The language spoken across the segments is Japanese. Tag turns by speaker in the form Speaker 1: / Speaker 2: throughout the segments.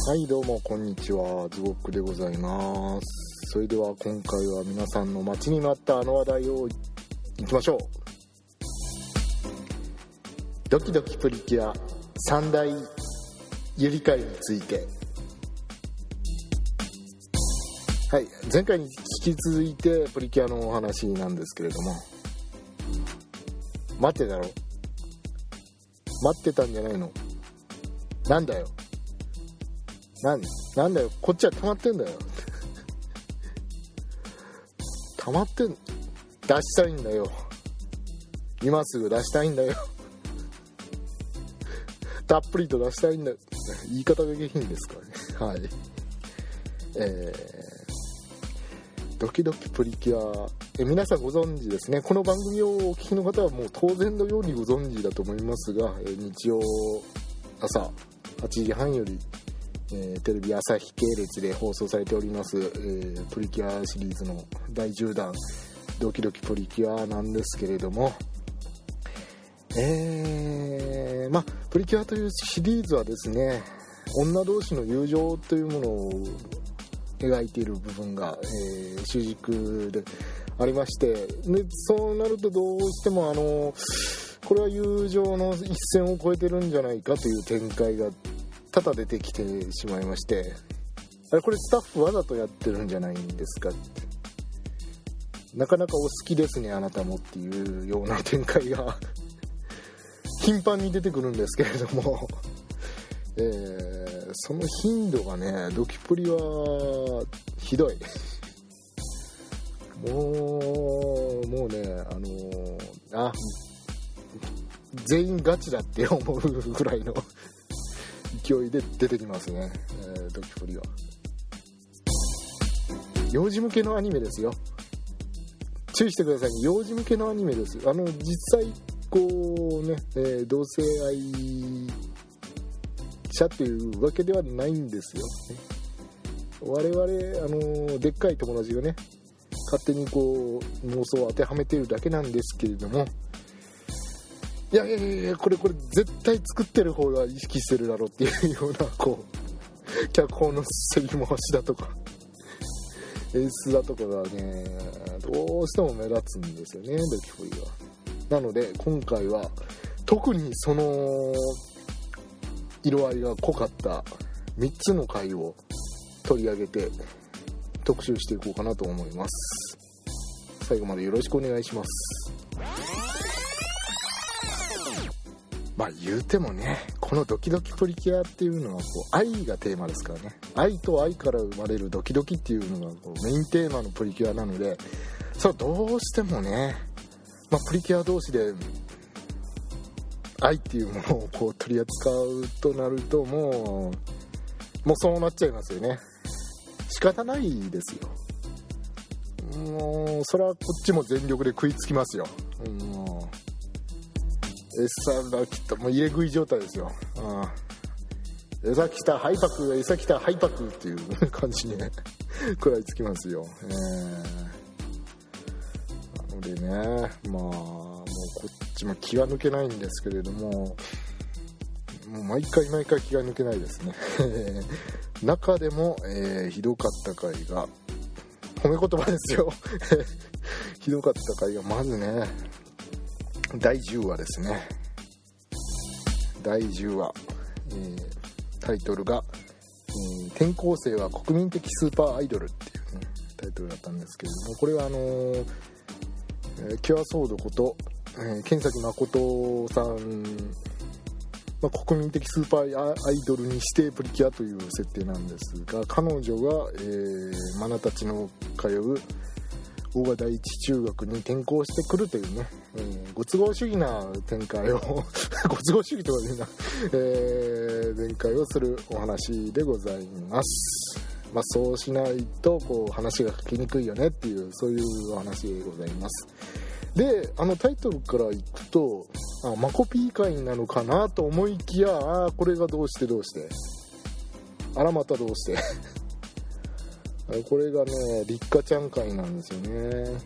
Speaker 1: はいどうもこんにちは、ズゴックでございます。それでは今回は皆さんの待ちに待ったあの話題をいきましょう。ドキドキプリキュア3大ゆり会について。はい、前回に引き続いてプリキュアのお話なんですけれども、待ってたろ、待ってたんじゃないの、なんだよなんだよ、こっちは溜まってんだよ溜まってん、出したいんだよ、今すぐ出したいんだよたっぷりと出したいんだよ、言い方が下品ですからね。はい、ドキドキプリキュア、皆さんご存知ですね。この番組をお聞きの方はもう当然のようにご存知だと思いますが、日曜朝8時半よりテレビ朝日系列で放送されております、プリキュアシリーズの第10弾ドキドキプリキュアなんですけれども、プリキュアというシリーズはですね、女同士の友情というものを描いている部分が、主軸でありまして、でそうなるとどうしてもこれは友情の一線を越えてるんじゃないかという展開が多々出てきてしまいまして、あれこれスタッフわざとやってるんじゃないんですかって、なかなかお好きですねあなたもっていうような展開が頻繁に出てくるんですけれども、その頻度がね、ドキプリはひどいもうね、全員ガチだって思うぐらいの勢いで出てきますね、ドキプリは。幼児向けのアニメですよ、注意してくださいね。幼児向けのアニメです。実際こうね、同性愛者っていうわけではないんですよ、ね、我々でっかい友達がね勝手にこう妄想を当てはめているだけなんですけれども、いやこれ絶対作ってる方が意識してるだろうっていうようなこう脚本のセリフ回しだとか演出だとかがねどうしても目立つんですよね、ドキプリは。なので今回は特にその色合いが濃かった3つの回を取り上げて特集していこうかなと思います。最後までよろしくお願いします。言うてもね、このドキドキプリキュアっていうのはこう愛がテーマですからね、愛と愛から生まれるドキドキっていうのがこうメインテーマのプリキュアなので、それはどうしてもね、プリキュア同士で愛っていうものをこう取り扱うとなるともうそうなっちゃいますよね。仕方ないですよ。もうそれはこっちも全力で食いつきますよ。餌来た、もう入れ食い状態ですよ。餌来たハイパク、餌来たハイパクっていう感じにね食らいつきますよ。なのでね、もうこっちも気が抜けないんですけれども、もう毎回気が抜けないですね中でも、ひどかった回が褒め言葉ですよひどかった回がまずね第10話ですね。第10話、タイトルが、転校生は国民的スーパーアイドルっていう、ね、タイトルだったんですけれども、これはキュアソードこと、剣崎誠さん、国民的スーパーアイドルにしてプリキュアという設定なんですが、彼女が、マナたちの通う大賀第一中学に転校してくるというね、ご都合主義な展開をご都合主義とかいうな、展開をするお話でございます。そうしないとこう話が書きにくいよねっていう、そういうお話でございます。で、タイトルからいくとマコピー会なのかなと思いきや、これがどうしてあらまたどうしてこれがね立花ちゃん会なんですよね。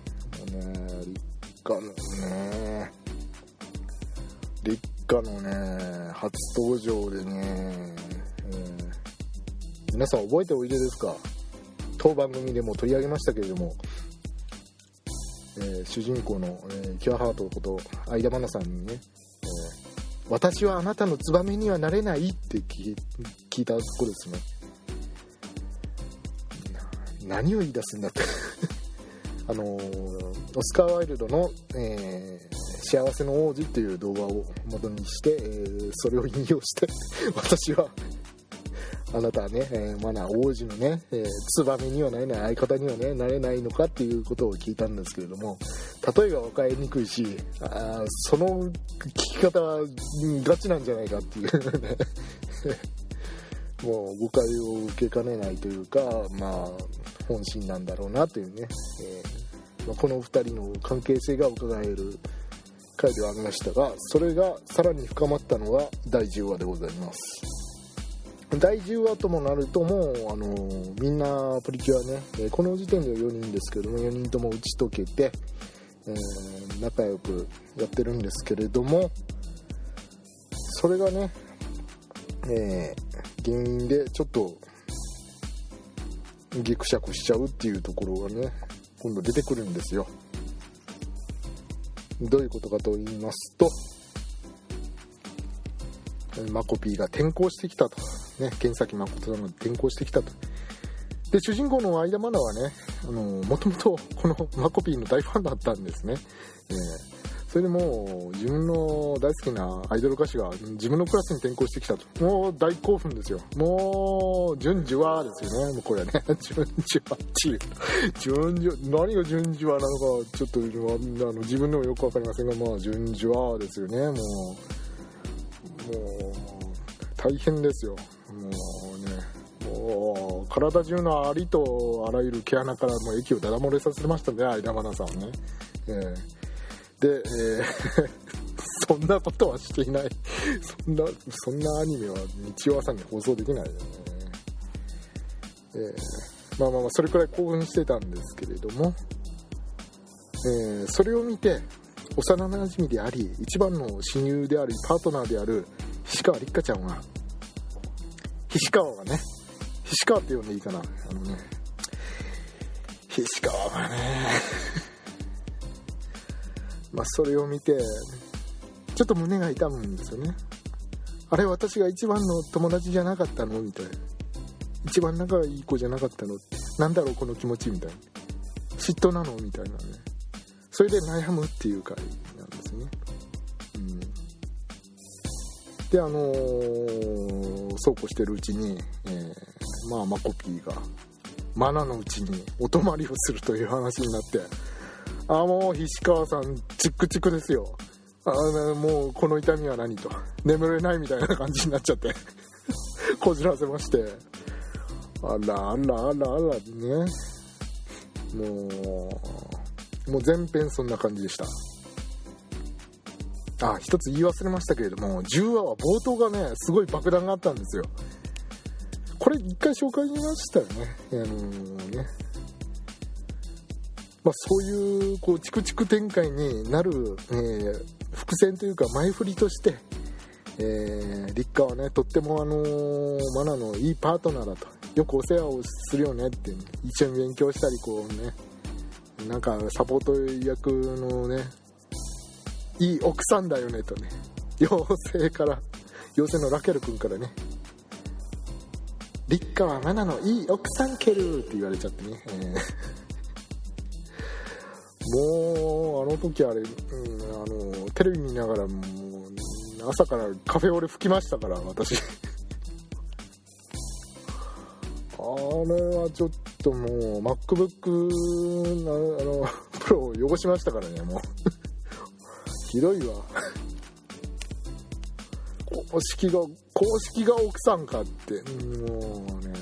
Speaker 1: 立花のね初登場でね、 皆さん覚えておいでですか。当番組でも取り上げましたけれども、主人公の、キュアハートこと相田愛菜さんにね、私はあなたのツバメにはなれないって聞いたとこですね。何を言い出すんだってオスカー・ワイルドの、幸せの王子っていう動画を元にして、それを引用して私はあなたはね、マナー王子のね、ツバメにはなれない、相方にはねなれないのかっていうことを聞いたんですけれども、例えが分かりにくいし、その聞き方はガチなんじゃないかっていうねもう誤解を受けかねないというか、本心なんだろうなというね、この2人の関係性が伺える回ではありましたが、それがさらに深まったのが第10話でございます。第10話ともなるともうみんなプリキュアね、この時点では4人ですけども4人とも打ち解けて、仲良くやってるんですけれども、それがね、原因でちょっとギクシャクしちゃうっていうところがね今度出てくるんですよ。どういうことかと言いますと、マコピーが転校してきたとね、剣崎誠さんが転校してきたと。で主人公の相田愛菜はね、もともとこのマコピーの大ファンだったんですね。それでもう自分の大好きなアイドル歌手が自分のクラスに転校してきたと、もう大興奮ですよ。もう順序はですよね。もうこれはね順序はっていう何が順序はなのかちょっと自分でもよくわかりませんが、順序はですよね。もう大変ですよ。もう体中のありとあらゆる毛穴からもう液をダダ漏れさせましたね、相田愛菜さんはね。で、そんなことはしていないそんなアニメは日曜朝に放送できないよね。それくらい興奮してたんですけれども、それを見て幼なじみであり一番の親友でありパートナーである菱川立花ちゃんは、菱川って呼んでいいかな、菱川はねそれを見てちょっと胸が痛むんですよね。あれ私が一番の友達じゃなかったのみたいな、一番仲いい子じゃなかったのって、なんだろうこの気持ちみたいな、嫉妬なのみたいなね、それで悩むっていう回なんですね。でそうこうしてるうちに、マコピーがマナのうちにお泊まりをするという話になって、もう菱川さんチックチクですよ。もうこの痛みは何と、眠れないみたいな感じになっちゃってこじらせまして、あらね、もう全編そんな感じでした。一つ言い忘れましたけれども、10話は冒頭がねすごい爆弾があったんですよ。これ一回紹介しましたよね。そういうチクチク展開になる、伏線というか前振りとして、立花はねとってもマナのいいパートナーだと、よくお世話をするよねって、一緒に勉強したりなんかサポート役のねいい奥さんだよねとね、妖精のラケル君からね、立花はマナのいい奥さんケルって言われちゃってね、もうあの時あれ、テレビ見ながらもう朝からカフェオレ吹きましたから私あれはちょっともう MacBook プロを汚しましたからね、もうひどいわ公式が奥さんかって、もうね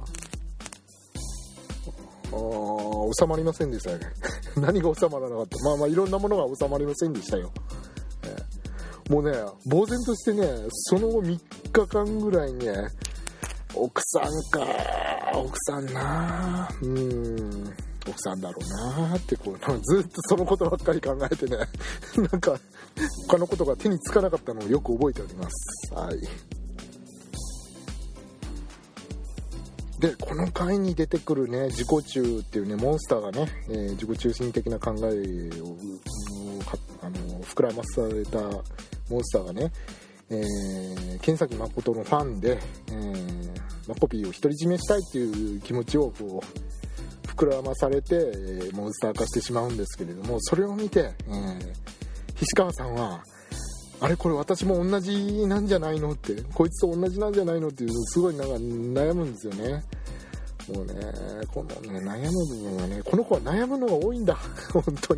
Speaker 1: 収まりませんでしたよね何が収まらなかった、いろんなものが収まりませんでしたよ、もうね呆然としてね、その後3日間ぐらいね、奥さんな奥さんだろうなってずっとそのことばっかり考えてねなんか他のことが手につかなかったのをよく覚えております。はい。 でこの回に出てくるね自己中っていうねモンスターがね、自己中心的な考えを膨らまされたモンスターがね、剣崎誠のファンで、マコピーを独り占めしたいっていう気持ちをこう膨らまされて、モンスター化してしまうんですけれども、それを見て、菱川さんはあれこれ私も同じなんじゃないのって、こいつと同じなんじゃないのっていうのすごいなんか悩むんですよね。もうねこのね悩む部分はね、この子は悩むのが多いんだ本当に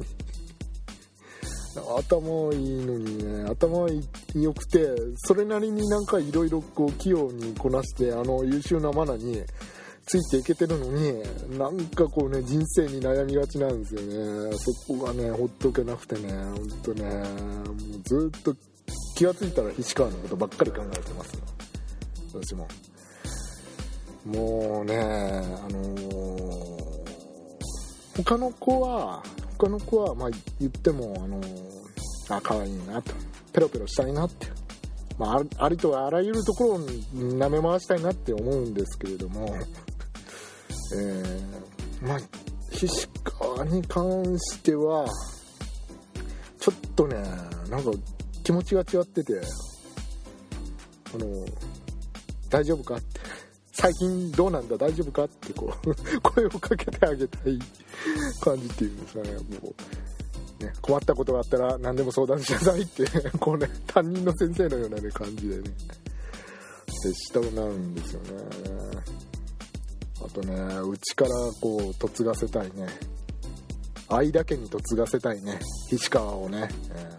Speaker 1: 頭いいのにね、頭良くてそれなりになんかいろいろこう器用にこなして優秀なマナについていけてるのに、なんかこうね人生に悩みがちなんですよね。そこがねほっとけなくてね、ほんとねもうずっと気がついたら菱川のことばっかり考えてますよ私も。もうね他の子はまあ言っても可愛いなと、ペロペロしたいなって、まあ、ありとあらゆるところを舐め回したいなって思うんですけれども、まあ菱川に関してはちょっとねなんか気持ちが違ってて、大丈夫かって最近どうなんだ大丈夫かってこう声をかけてあげたい感じっていうんですかね。もうね、困ったことがあったら何でも相談しなさいってこうね担任の先生のような、ね、感じでね接したくなるんですよね。あとね内からこう嫁がせたいね、愛だけに嫁がせたいね菱川をね、もう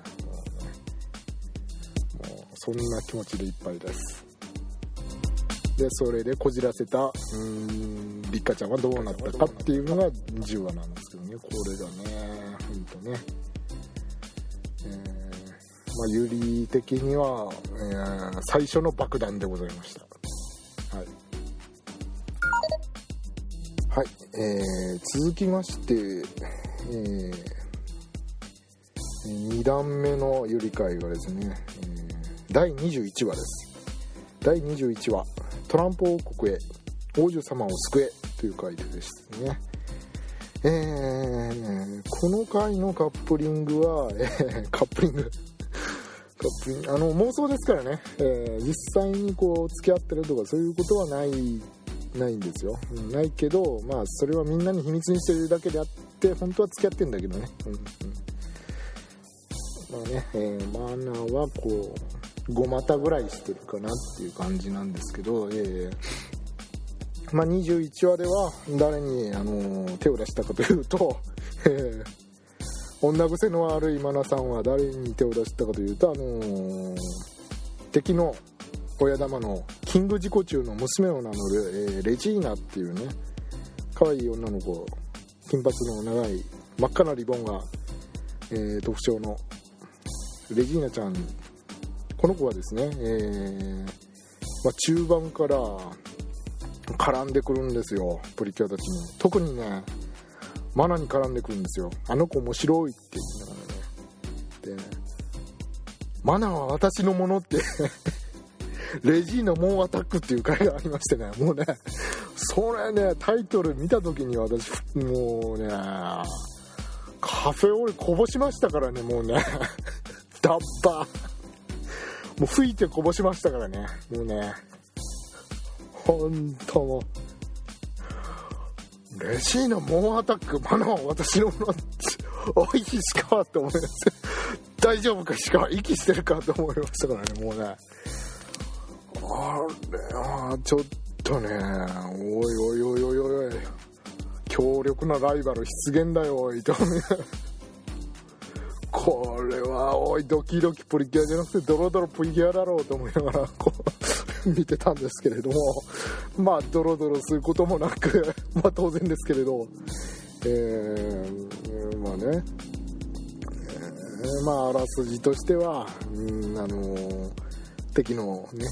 Speaker 1: そんな気持ちでいっぱいです。でそれでこじらせたリッカちゃんはどうなったかっていうのが10話なんですけどね、これがねほんとね、まあ有利的には、最初の爆弾でございました。はい、はい、続きまして、2段目のゆり会がですね、第21話です。第21話トランプ王国へ王女様を救えという回でですね、この回のカップリングは、カップリング妄想ですからね、実際にこう付き合ってるとかそういうことはないんですよ。ないけど、まあそれはみんなに秘密にしてるだけであって本当は付き合ってるんだけどね、まあね、マナーはこう5股ぐらいしてるかなっていう感じなんですけど、まあ、21話では誰に手を出したかというと、女癖の悪いマナさんは誰に手を出したかというと、敵の親玉のキング自己中の娘を名乗る、レジーナっていうね可愛い女の子、金髪の長い真っ赤なリボンが、特徴のレジーナちゃん、この子はですね、まあ、中盤から絡んでくるんですよ、プリキュアたちに。特にねマナに絡んでくるんですよ。あの子面白いって言いながらね。でマナは私のものってレジーナモンアタックっていう回がありましてね、もうねそれねタイトル見た時に私もうねカフェオレこぼしましたからね、もうねダッバーもう吹いてこぼしましたからね、もうねほんともうレジーナモンアタックマナは私のものおい石川って思います大丈夫か石川息してるかと思いましたからね、もうねあれはちょっとねおいおいおいおいおい強力なライバル出現だよおいとこれはおいドキドキプリキュアじゃなくてドロドロプリキュアだろうと思いながらこう見てたんですけれども、まあドロドロすることもなくまあ当然ですけれど、まあね、まああらすじとしては敵のね、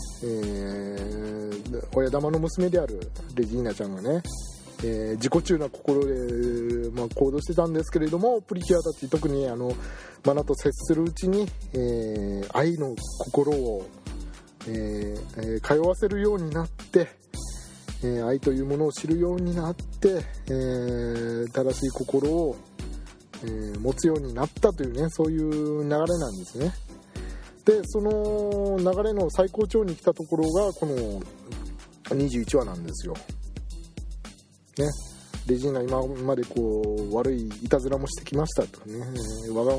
Speaker 1: 親玉の娘であるレジーナちゃんがね、自己中な心で、まあ、行動してたんですけれども、プリキュアたち特にマナと接するうちに、愛の心を、通わせるようになって、 愛というものを知るようになって、正しい心を、持つようになったというね、そういう流れなんですね。でその流れの最高潮に来たところがこの21話なんですよ、ね。レジーナ今までこう悪いいたずらもしてきましたとね、わが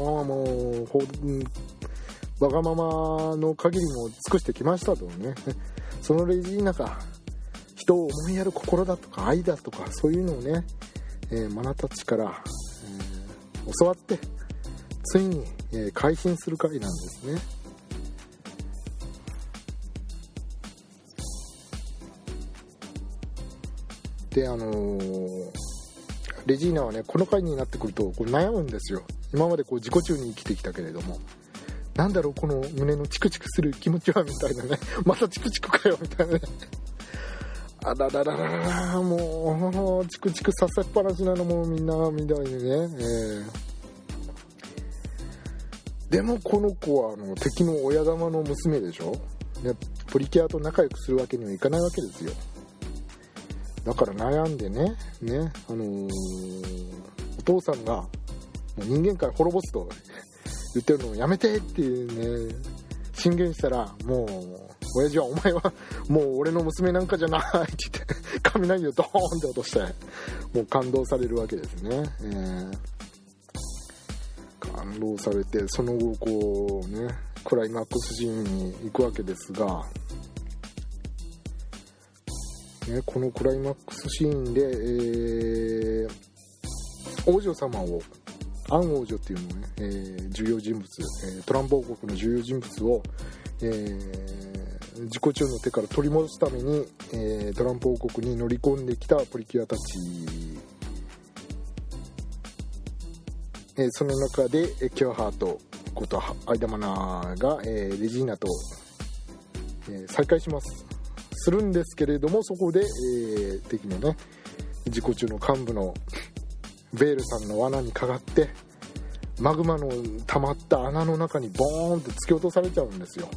Speaker 1: ままの限りも尽くしてきましたとね、そのレジーナが人を思いやる心だとか愛だとかそういうのをね、マナたちから、教わってついに、改心する回なんですね。でレジーナはねこの回になってくるとこう悩むんですよ。今までこう自己中に生きてきたけれども、なんだろうこの胸のチクチクする気持ちはみたいなね、またチクチクかよみたいなね、あららららら、もうチクチクさせっぱなしなのもみんなみたいにね、でもこの子は敵の親玉の娘でしょ、ね、プリキュアと仲良くするわけにはいかないわけですよ。だから悩んでね、お父さんがもう人間界滅ぼすと言ってるのをやめてっていうね進言したら、もう親父はお前はもう俺の娘なんかじゃないって言って雷をドーンって落としてもう感動されるわけですね。感動されてその後こうねクライマックスシーンに行くわけですが、ね、このクライマックスシーンで、王女様をアン王女っていうのをね、重要人物、トランプ王国の重要人物を、自己中の手から取り戻すために、トランプ王国に乗り込んできたプリキュアたち、その中でキュアハートことアイダマナが、レジーナと、再会しするんですけれども、そこで、敵のね自己中の幹部のベールさんの罠にかかってマグマの溜まった穴の中にボーンって突き落とされちゃうんですよ。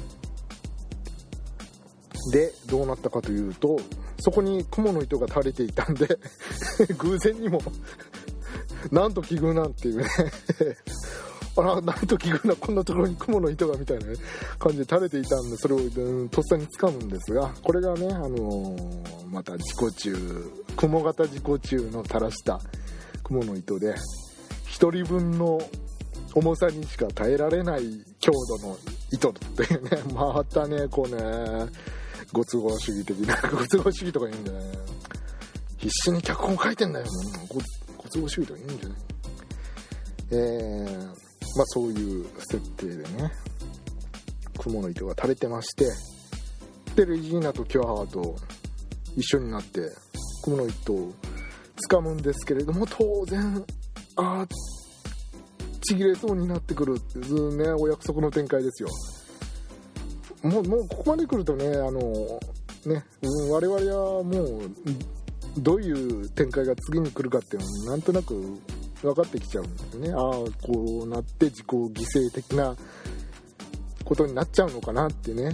Speaker 1: でどうなったかというと、そこに蜘蛛の糸が垂れていたんで偶然にもなんと奇遇なんていうねあらなんと奇遇な、こんなところに蜘蛛の糸がみたいな、ね、感じで垂れていたんで、それをとっさに掴むんですが、これがね、また自己中雲型自己中の垂らした蜘蛛の糸で一人分の重さにしか耐えられない強度の糸っていうね、またねこうねご都合主義的なご都合主義とか言うんじゃない、必死に脚本書いてんだよ、ご都合主義とか言うんじゃない、そういう設定でね蜘蛛の糸が垂れてまして、でレジーナとキュアハーと一緒になって蜘蛛の糸を掴むんですけれども、当然ちぎれそうになってくるっていうねお約束の展開ですよ。もうここまで来るとね我々はもうどういう展開が次に来るかっていうのはなんとなく分かってきちゃうんですよね。こうなって自己犠牲的なことになっちゃうのかなってね。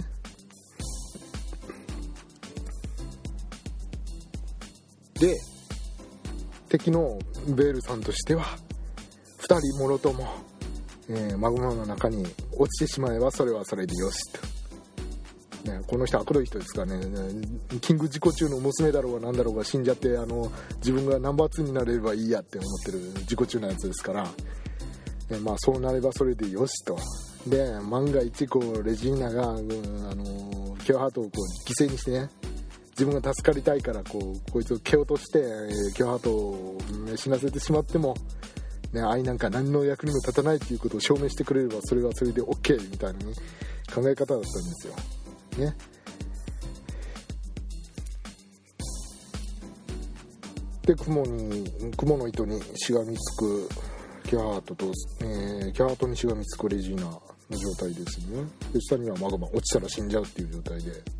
Speaker 1: で敵のベールさんとしては2人もろとも、マグマの中に落ちてしまえばそれはそれでよしと、ね、この人悪どい人ですからね、キング自己中の娘だろうが何だろうが死んじゃって自分がナンバー2になれればいいやって思ってる自己中なやつですから、そうなればそれでよしと。で万が一こうレジーナが、キュアハートをこう犠牲にしてね自分が助かりたいからこいつを蹴落として、キュアハートを死なせてしまっても、ね、愛なんか何の役にも立たないということを証明してくれればそれはそれで OK みたいな、ね、考え方だったんですよ、ね。で雲の糸にしがみつくキュアハートと、キュアハートにしがみつくレジーナの状態ですね。で下にはマグマ落ちたら死んじゃうっていう状態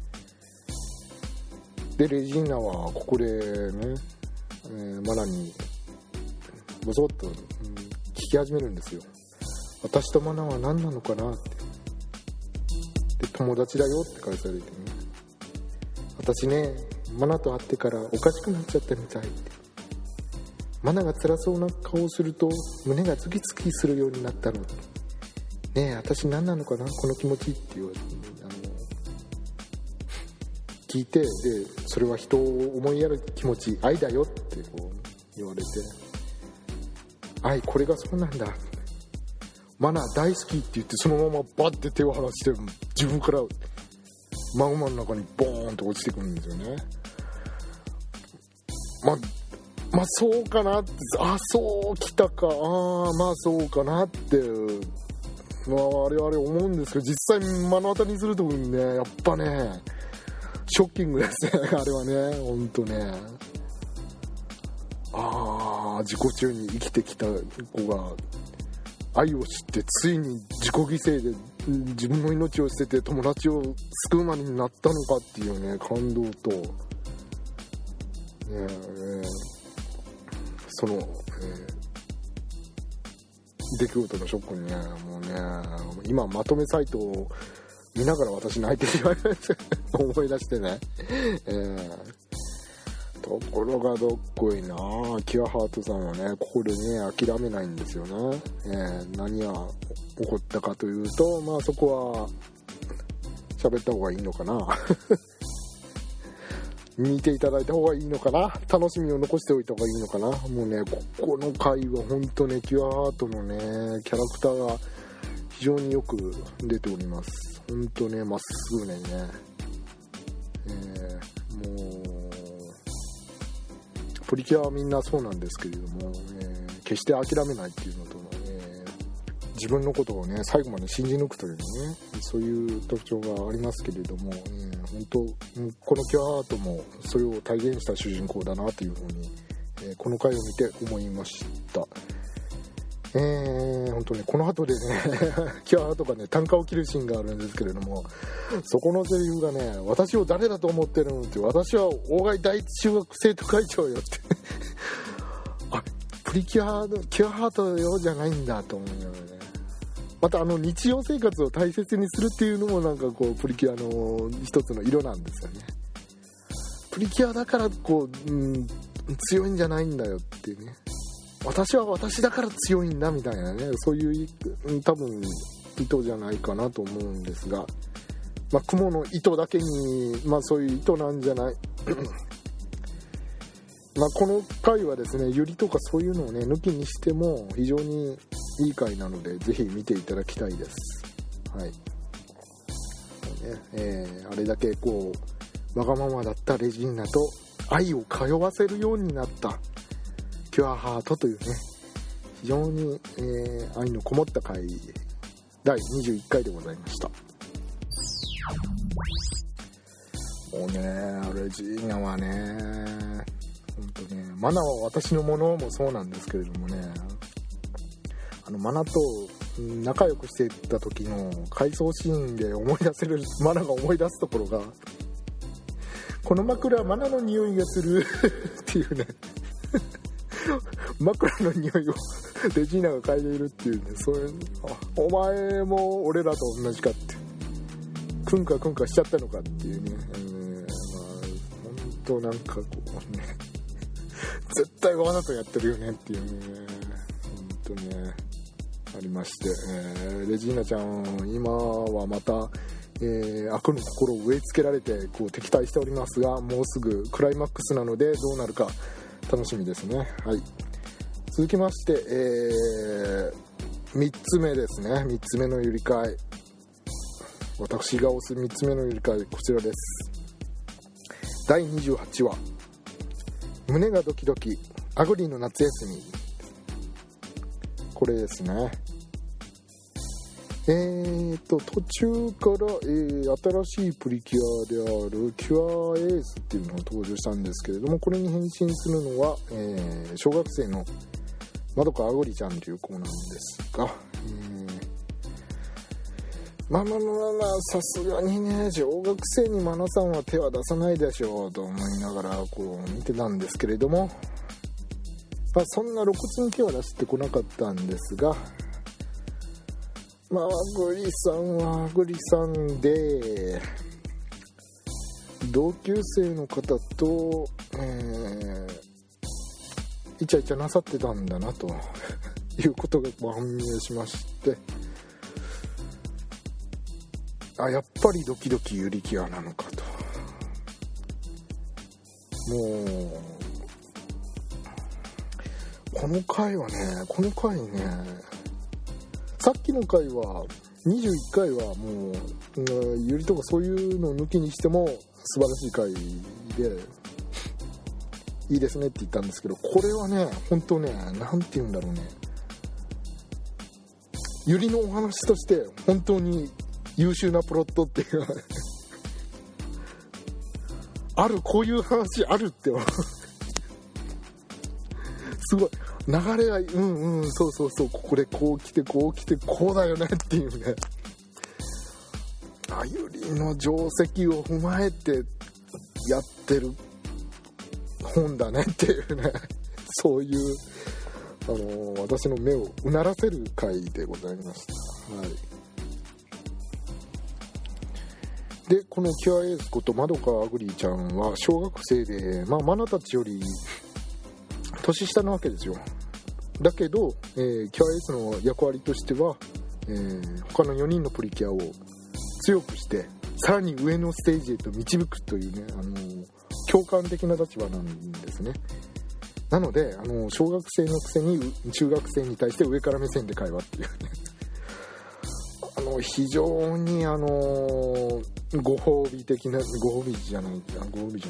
Speaker 1: でレジーナはここでね、マナにボソッと、聞き始めるんですよ。私とマナは何なのかなって。で友達だよって返されてね、私ねマナと会ってからおかしくなっちゃったみたいって。マナが辛そうな顔をすると胸がズキズキするようになったの。ねえ、私何なのかなこの気持ちって言われて、聞いて、でそれは人を思いやる気持ち、愛だよってこう言われて、愛、これがそうなんだ、マナ大好きって言って、そのままバッて手を離して自分からマグマの中にボーンと落ちてくるんですよね。まあそうかなって、そうきたか、まあそうかなって、我々思うんですけど、実際目の当たりにするとね、やっぱねショッキングですねあれはね、ほんとね。自己中に生きてきた子が愛を知ってついに自己犠牲で自分の命を捨てて友達を救うまでになったのかっていうね、感動と、その、出来事のショックにね、もうね、今まとめサイトを見ながら私泣いてしまいました思い出してね、ところがどっこいな、キュアハートさんはねここでね諦めないんですよね。何が起こったかというと、まあそこは喋った方がいいのかな見ていただいた方がいいのかな、楽しみを残しておいた方がいいのかな。もうね、ここの回は本当ね、キュアハートのねキャラクターが非常によく出ております。本当ね、まっすぐね、もうプリキュアはみんなそうなんですけれども、決して諦めないっていうのと、自分のことをね最後まで信じ抜くというね、そういう特徴がありますけれども、本当このキュアハートもそれを体現した主人公だなというふうに、この回を見て思いました。本当ね、この後でねキュアハートがね単価を切るシーンがあるんですけれども、そこのセリフがね、私を誰だと思ってるのって、私は大貝第一中学生徒会長よってプリキュアキュアハートよじゃないんだと思いながらね、また日常生活を大切にするっていうのもなんかこうプリキュアの一つの色なんですよね。プリキュアだからこう、強いんじゃないんだよっていうね、私は私だから強いんだみたいなね、そういう多分意図じゃないかなと思うんですが、雲の糸だけに、そういう意図なんじゃないこの回はですね、ユリとかそういうのをね抜きにしても非常にいい回なので、ぜひ見ていただきたいです。はい。あれだけこうわがままだったレジーナと愛を通わせるようになったキュアハートというね、非常に、愛のこもった回、第21回でございました。もうね、レジーナはね、本当ね、マナは私のものもそうなんですけれどもね、マナと仲良くしていた時の回想シーンで思い出せる、マナが思い出すところが、この枕はマナの匂いがするっていうね枕の匂いをレジーナが嗅いでいるっていうね、そういう、お前も俺らと同じかって、クンカクンカしちゃったのかっていうね、本当なんかこうね絶対わざとやってるよねっていうね、本当ねありまして、レジーナちゃん今はまた、悪の心を植え付けられてこう敵対しておりますが、もうすぐクライマックスなのでどうなるか楽しみですね。はい。続きまして、3つ目ですね。3つ目のゆりかい、私が推す3つ目のゆりかい、こちらです。第28話、胸がドキドキアグリの夏休み、これですね。途中から、新しいプリキュアであるキュアエースっていうのが登場したんですけれども、これに変身するのは、小学生のまどかあぐりちゃんという子なんですが、さすがにね、小学生にマナさんは手は出さないでしょうと思いながらこう見てたんですけれども、そんな露骨に手は出してこなかったんですが、アグリさんはアグリさんで同級生の方と、イチャイチャなさってたんだなということが判明しまして、やっぱりドキドキユリキアなのかと。もうこの回ね、さっきの回は21回はもうユリとかそういうのを抜きにしても素晴らしい回でいいですねって言ったんですけど、これはね本当ね、なんて言うんだろうね、ユリのお話として本当に優秀なプロットっていうある、こういう話あるってすごい流れがそうここでこう来てこうだよねっていうね、ユリの定石を踏まえてやってる本だねっていうね、そういう私の目をうならせる回でございました。はい。で、このキュアエースことまどかアグリーちゃんは小学生で、マナたちより年下なわけですよ。だけど、キュアエースの役割としては、他の4人のプリキュアを強くしてさらに上のステージへと導くというね、共感的な立場なんですね。なので小学生のくせに中学生に対して上から目線で会話っていうね非常にご褒美的な、ご褒美じゃないか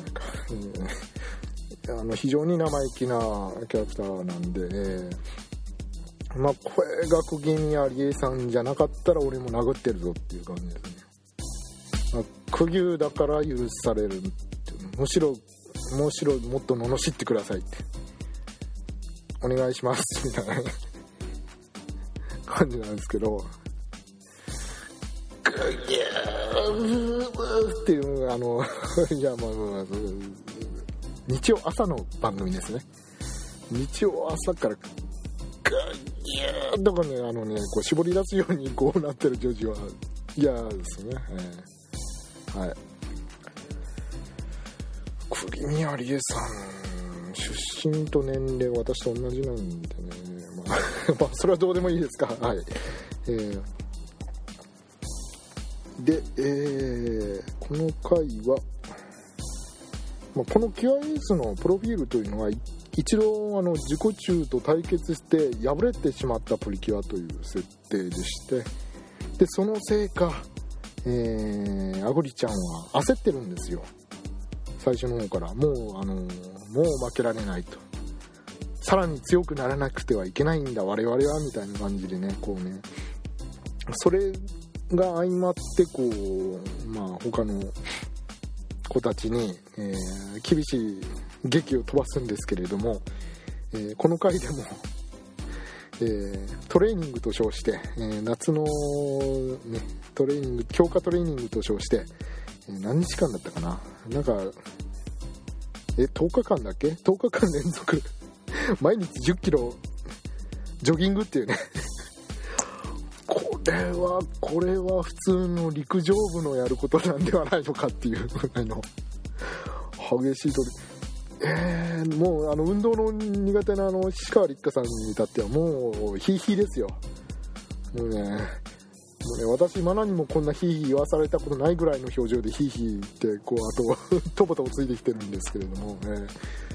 Speaker 1: 非常に生意気なキャラクターなんで、声が釘宮理恵さんじゃなかったら俺も殴ってるぞっていう感じですね。苦牛だから許されるって、むしろもっと罵ってくださいってお願いしますみたいな感じなんですけど、グギューっていういや日曜朝の番組ですね。日曜朝からグギューとかね、こう絞り出すようにこうなってるジョージは嫌ですね。はい。栗宮理恵さん出身と年齢私と同じなんでね、それはどうでもいいですか。はい。で、この回は、このキュアエースのプロフィールというのは一度自己中と対決して敗れてしまったプリキュアという設定でして、でそのせいか、アグリちゃんは焦ってるんですよ。最初の方からもう負けられないと、さらに強くならなくてはいけないんだ我々はみたいな感じでね、こうね、それが相まってこう、他の子たちに、厳しい劇を飛ばすんですけれども、この回でも、トレーニングと称して、夏の、ね、強化トレーニングと称して、何日間だったかな、なんか10日間だっけ、10日間連続毎日10キロジョギングっていうねこれは普通の陸上部のやることなんではないのかっていうぐらいの激しいもう運動の苦手な石川立花さんに至ってはもうヒーヒーですよ。もうね私今何もこんなヒーヒー言わされたことないぐらいの表情でヒーヒーってこうあととぼとぼついてきてるんですけれどもね、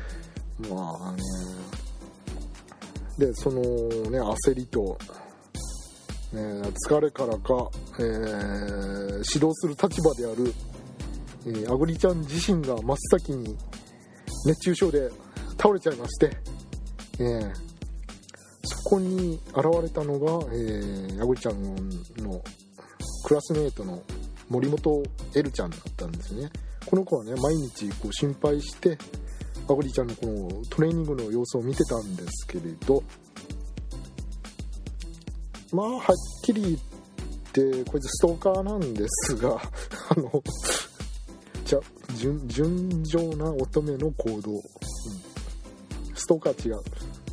Speaker 1: でそのね焦りと、疲れからか、指導する立場である、アグリちゃん自身が真っ先に熱中症で倒れちゃいまして、そこに現れたのが、アグリちゃんのクラスメートの森本エルちゃんだったんですね。この子はね毎日こう心配してアグリちゃんのこのトレーニングの様子を見てたんですけれど、はっきり言ってこいつストーカーなんですが純情な乙女の行動、ストーカー違う、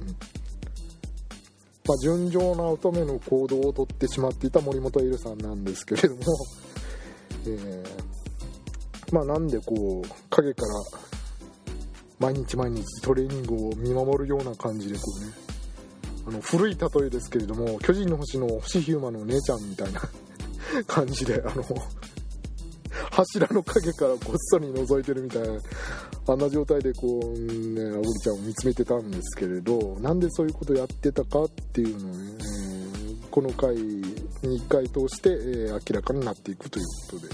Speaker 1: 純情な乙女の行動をとってしまっていた森本エルさんなんですけれども、 なんでこう影から毎日毎日トレーニングを見守るような感じでこうね、古い例えですけれども、巨人の星の星飛雄馬の姉ちゃんみたいな感じで柱の影からこっそり覗いてるみたいな、あんな状態でこうね、あぐりちゃんを見つめてたんですけれど、なんでそういうことやってたかっていうのをね、この回に1回通して、明らかになっていくということです。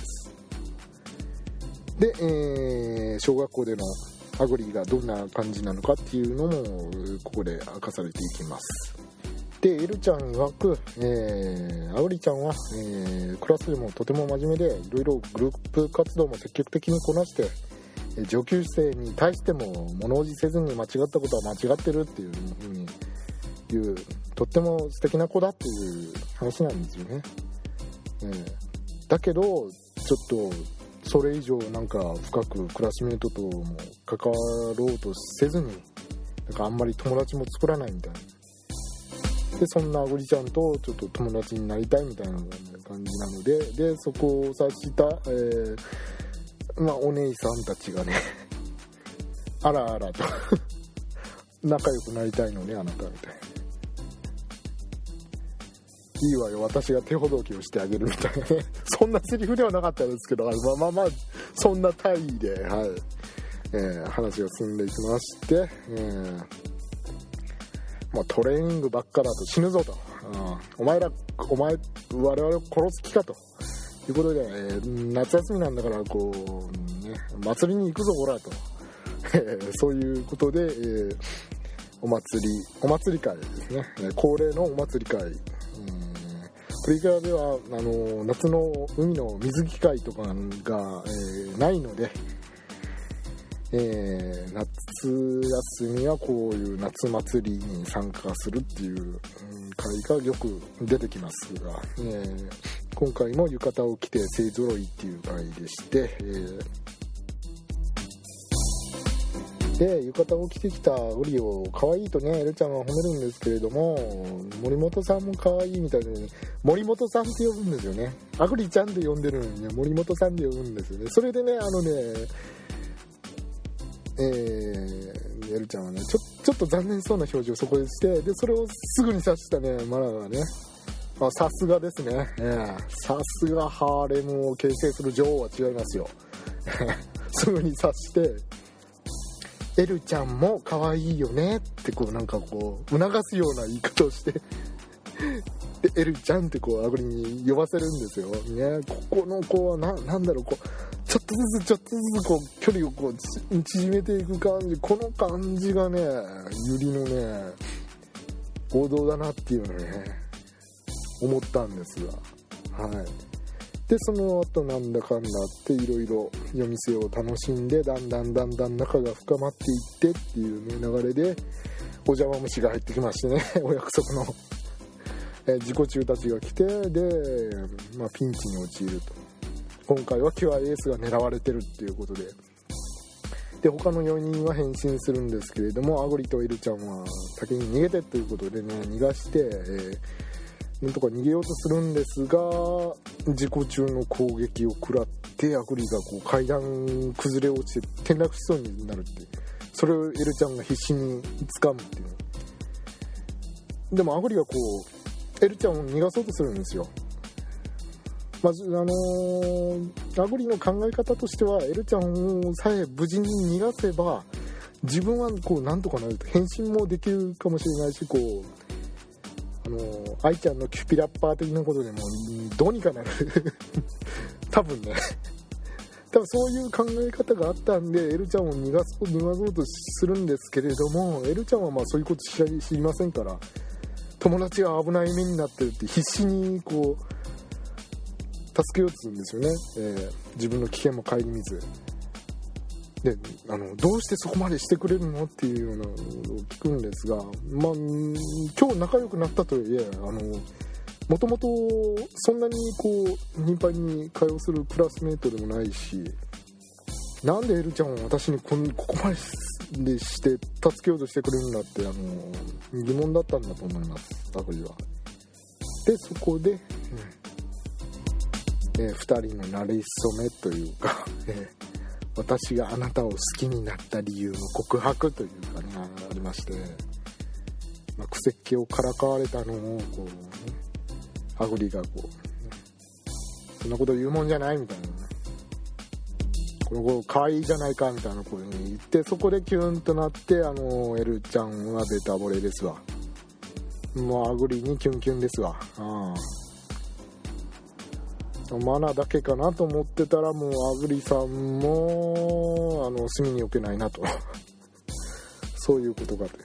Speaker 1: で、小学校でのアグリがどんな感じなのかっていうのもここで明かされていきます。で、エルちゃん曰く、アグリちゃんは、クラスでもとても真面目で、いろいろグループ活動も積極的にこなして、上級生に対しても物おじせずに間違ったことは間違ってるっていう風に言う、とっても素敵な子だっていう話なんですよね。だけどちょっとそれ以上なんか深くクラスメートとも関わろうとせずに、なんかあんまり友達も作らないみたいな。で、そんなあぐりちゃんとちょっと友達になりたいみたいな感じなので、でそこを察した、お姉さんたちがねあらあらと仲良くなりたいのねあなたみたいな、いいわよ私が手ほどきをしてあげるみたいなねそんなセリフではなかったですけど、そんな大意で、話が進んでいきまして、トレーニングばっかだと死ぬぞと、お前我々を殺す気かということで、夏休みなんだからこう、ね、祭りに行くぞほらとそういうことで、お祭り会ですね、恒例のお祭り会、プリキュアでは夏の海の水着会とかが、ないので、夏休みはこういう夏祭りに参加するっていう会がよく出てきますが、今回も浴衣を着て勢ぞろいっていう会でして、で浴衣を着てきたウリを可愛いとねエルちゃんは褒めるんですけれども、森本さんも可愛いみたいで、ね、森本さんって呼ぶんですよね。アグリちゃんって呼んでるのにね森本さんって呼ぶんですよね。それでねエルちゃんはねちょっと残念そうな表情をそこでして、でそれをすぐに察したねマラがね、さすがですね、さすがハーレムを形成する女王は違いますよすぐに察してエルちゃんも可愛いよねってこうなんかこう促すような言い方をしてでエルちゃんってこうアグリに呼ばせるんですよね。ここの子はなんだろう、こうちょっとずつこう距離をこう縮めていく感じ、この感じがねユリのね王道だなっていうのね思ったんですが、でその後なんだかんだっていろいろ夜店を楽しんでだんだん仲が深まっていってっていう、ね、流れでお邪魔虫が入ってきましてねお約束の自己中たちが来て、で、ピンチに陥ると。今回はキュアエースが狙われてるっていうことで、他の4人は変身するんですけれども、アグリとエルちゃんは先に逃げてということでね逃がして、なんとか逃げようとするんですが、自己中の攻撃を食らってアグリがこう階段崩れ落ちて転落しそうになるっていう、それをエルちゃんが必死に掴むっていう。でもアグリはこうエルちゃんを逃がそうとするんですよ。まずアグリの考え方としてはエルちゃんをさえ無事に逃がせば自分はこうなんとかなると、変身もできるかもしれないし、こう愛ちゃんのキュピラッパー的なことでもどうにかなる多分そういう考え方があったんでエルちゃんを逃がそうとするんですけれども、エルちゃんはそういうこと知りませんから、友達が危ない目になってるって必死にこう助けようとするんですよね、自分の危険も顧みずで、どうしてそこまでしてくれるのっていうようなのを聞くんですが、今日仲良くなったとはいえもともとそんなにこう頻繁に会話するクラスメートでもないし、なんでエルちゃんは私にここまでして助けようとしてくれるんだって疑問だったんだと思います、アグリは。でそこで、2人の馴れ初めというか私があなたを好きになった理由の告白というかね、ありまして、クセっ気をからかわれたのをこう、ね、アグリがこう、ね、そんなこと言うもんじゃないみたいな、この子可愛いじゃないかみたいな声に言って、そこでキュンとなって、エルちゃんはベタ惚れですわ。もうアグリにキュンキュンですわ。マナだけかなと思ってたら、もうアグリさんも隅に置けないなとそういうことが、も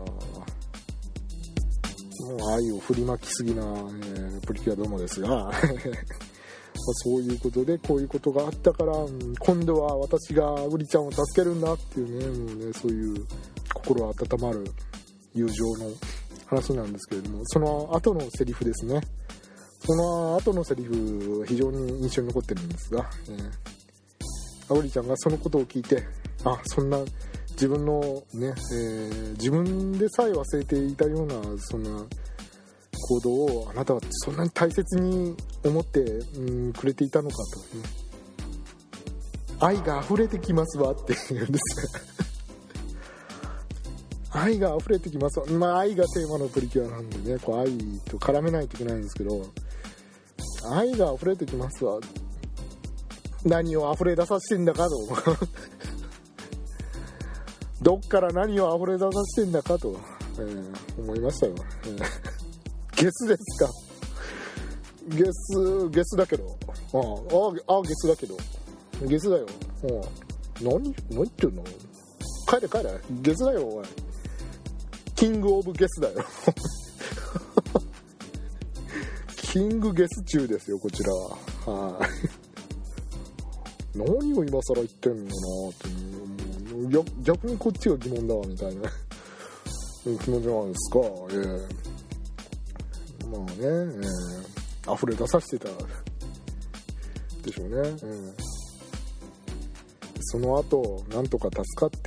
Speaker 1: う愛を振りまきすぎな、プリキュアどもですがそういうことで、こういうことがあったから、今度は私がアグリちゃんを助けるんだっていうね、もうね、そういう心温まる友情の話なんですけれども、その後のセリフですね。その後のセリフ非常に印象に残ってるんですが、アグリちゃんがそのことを聞いて、そんな自分のね、自分でさえ忘れていたようなそんな行動をあなたはそんなに大切に思ってくれていたのかと、ね、愛が溢れてきますわって言うんです愛が溢れてきますわ。愛がテーマのプリキュアなんでね、こう愛と絡めないといけないんですけど、愛が溢れてきますわ。何を溢れ出させてんだかとどっから何を溢れ出させてんだかと、思いましたよ。ゲスですか。ゲスだけど、ゲスだけど、ゲスだよ。何言ってんの。帰れゲスだよ、おい。キングオブゲスだよキングゲス中ですよ、こちらは。何を今更言ってんのかなって、逆にこっちが疑問だわみたいな気持ちなんですか。まあね、溢れ出させてたでしょうね。その後なんとか助かって、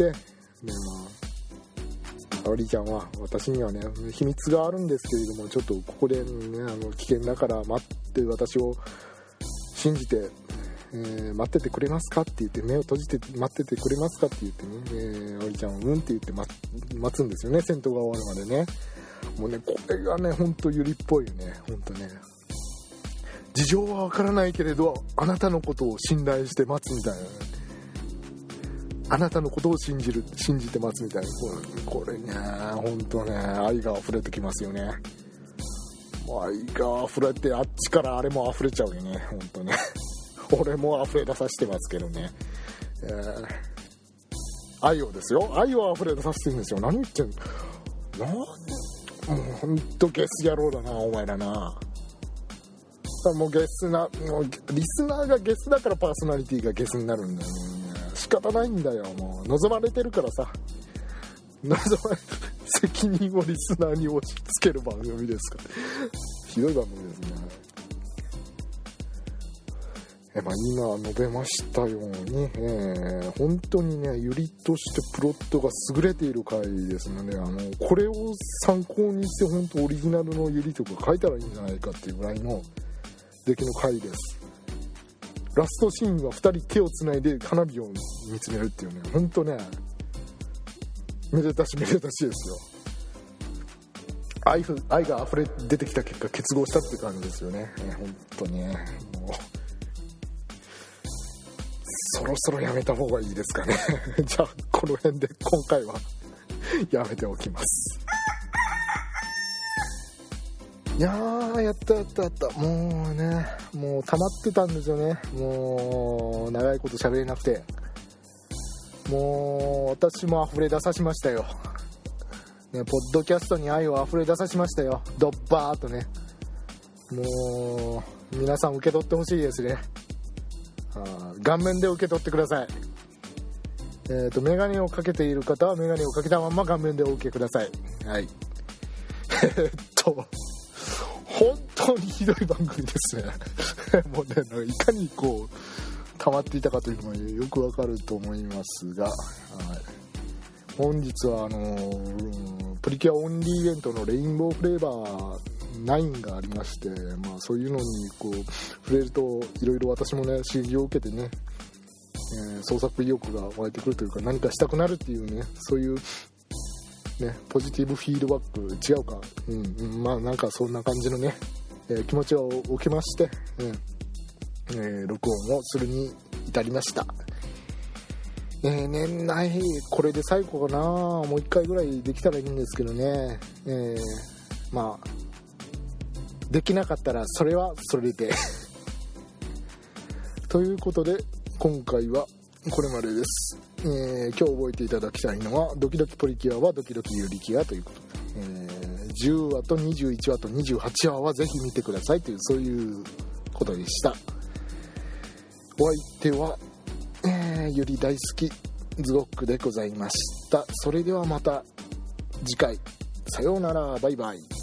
Speaker 1: アグリちゃんは、私にはね秘密があるんですけれども、ちょっとここで、ね、危険だから待って、私を信じて、待っててくれますかって言って、目を閉じて待っててくれますかって言ってね、アグリちゃんはって言って待つんですよね、戦闘が終わるまでね。もうね、これがね、ほんとユリっぽいよね、ほんとね。事情はわからないけれど、あなたのことを信頼して待つみたいな、あなたのことを信じて待つみたいな、これね、ほんとね、愛が溢れてきますよね。愛が溢れて、あっちからあれも溢れちゃうよね、ほんとね。俺も溢れ出させてますけどね。愛をですよ、愛を溢れ出させてるんですよ。何言ってんの。もうほんとゲス野郎だな、お前らな。もうリスナーがゲスだからパーソナリティがゲスになるんだよね。仕方ないんだよ、もう望まれてるからさ。責任をリスナーに押し付ける番組ですからひどい番組ですね。今述べましたように、本当にね、ユリとしてプロットが優れている回ですので、これを参考にして本当オリジナルのユリとか書いたらいいんじゃないかっていうぐらいの出来の回です。ラストシーンは2人手をつないで花火を見つめるっていうね、本当ね、めでたしですよ。愛が溢れ出てきた結果結合したって感じですよね。本当にね、もうそろそろやめた方がいいですかねじゃあこの辺で今回はやめておきます。いやー、やったもうね、もう溜まってたんですよね。もう長いこと喋れなくて、もう私も溢れ出さしましたよ、ね、ポッドキャストに愛を溢れ出さしましたよ、ドッバーっとね。もう皆さん受け取ってほしいですね。顔面で受け取ってください。メガネをかけている方はメガネをかけたまま顔面でお受けください。はい本当にひどい番組ですねもうね、いかにこう溜まっていたかというのがよくわかると思いますが、本日はプリキュアオンリーイベントのレインボーフレーバー9がありまして、そういうのにこう触れるといろいろ私もね刺激を受けてね、 創作意欲が湧いてくるというか、何かしたくなるっていうね、そういうね、ポジティブフィードバック、違うか、まあなんかそんな感じのね、気持ちを受けまして、録音をするに至りました。年内これで最後かな。もう一回ぐらいできたらいいんですけどね。まあできなかったらそれはそれでということで今回はこれまでです。今日覚えていただきたいのは、ドキドキプリキュアはドキドキユリキュアということで、10話と21話と28話はぜひ見てくださいという、そういうことでした。お相手は、ゆり大好きズゴックでございました。それではまた次回、さようなら、バイバイ。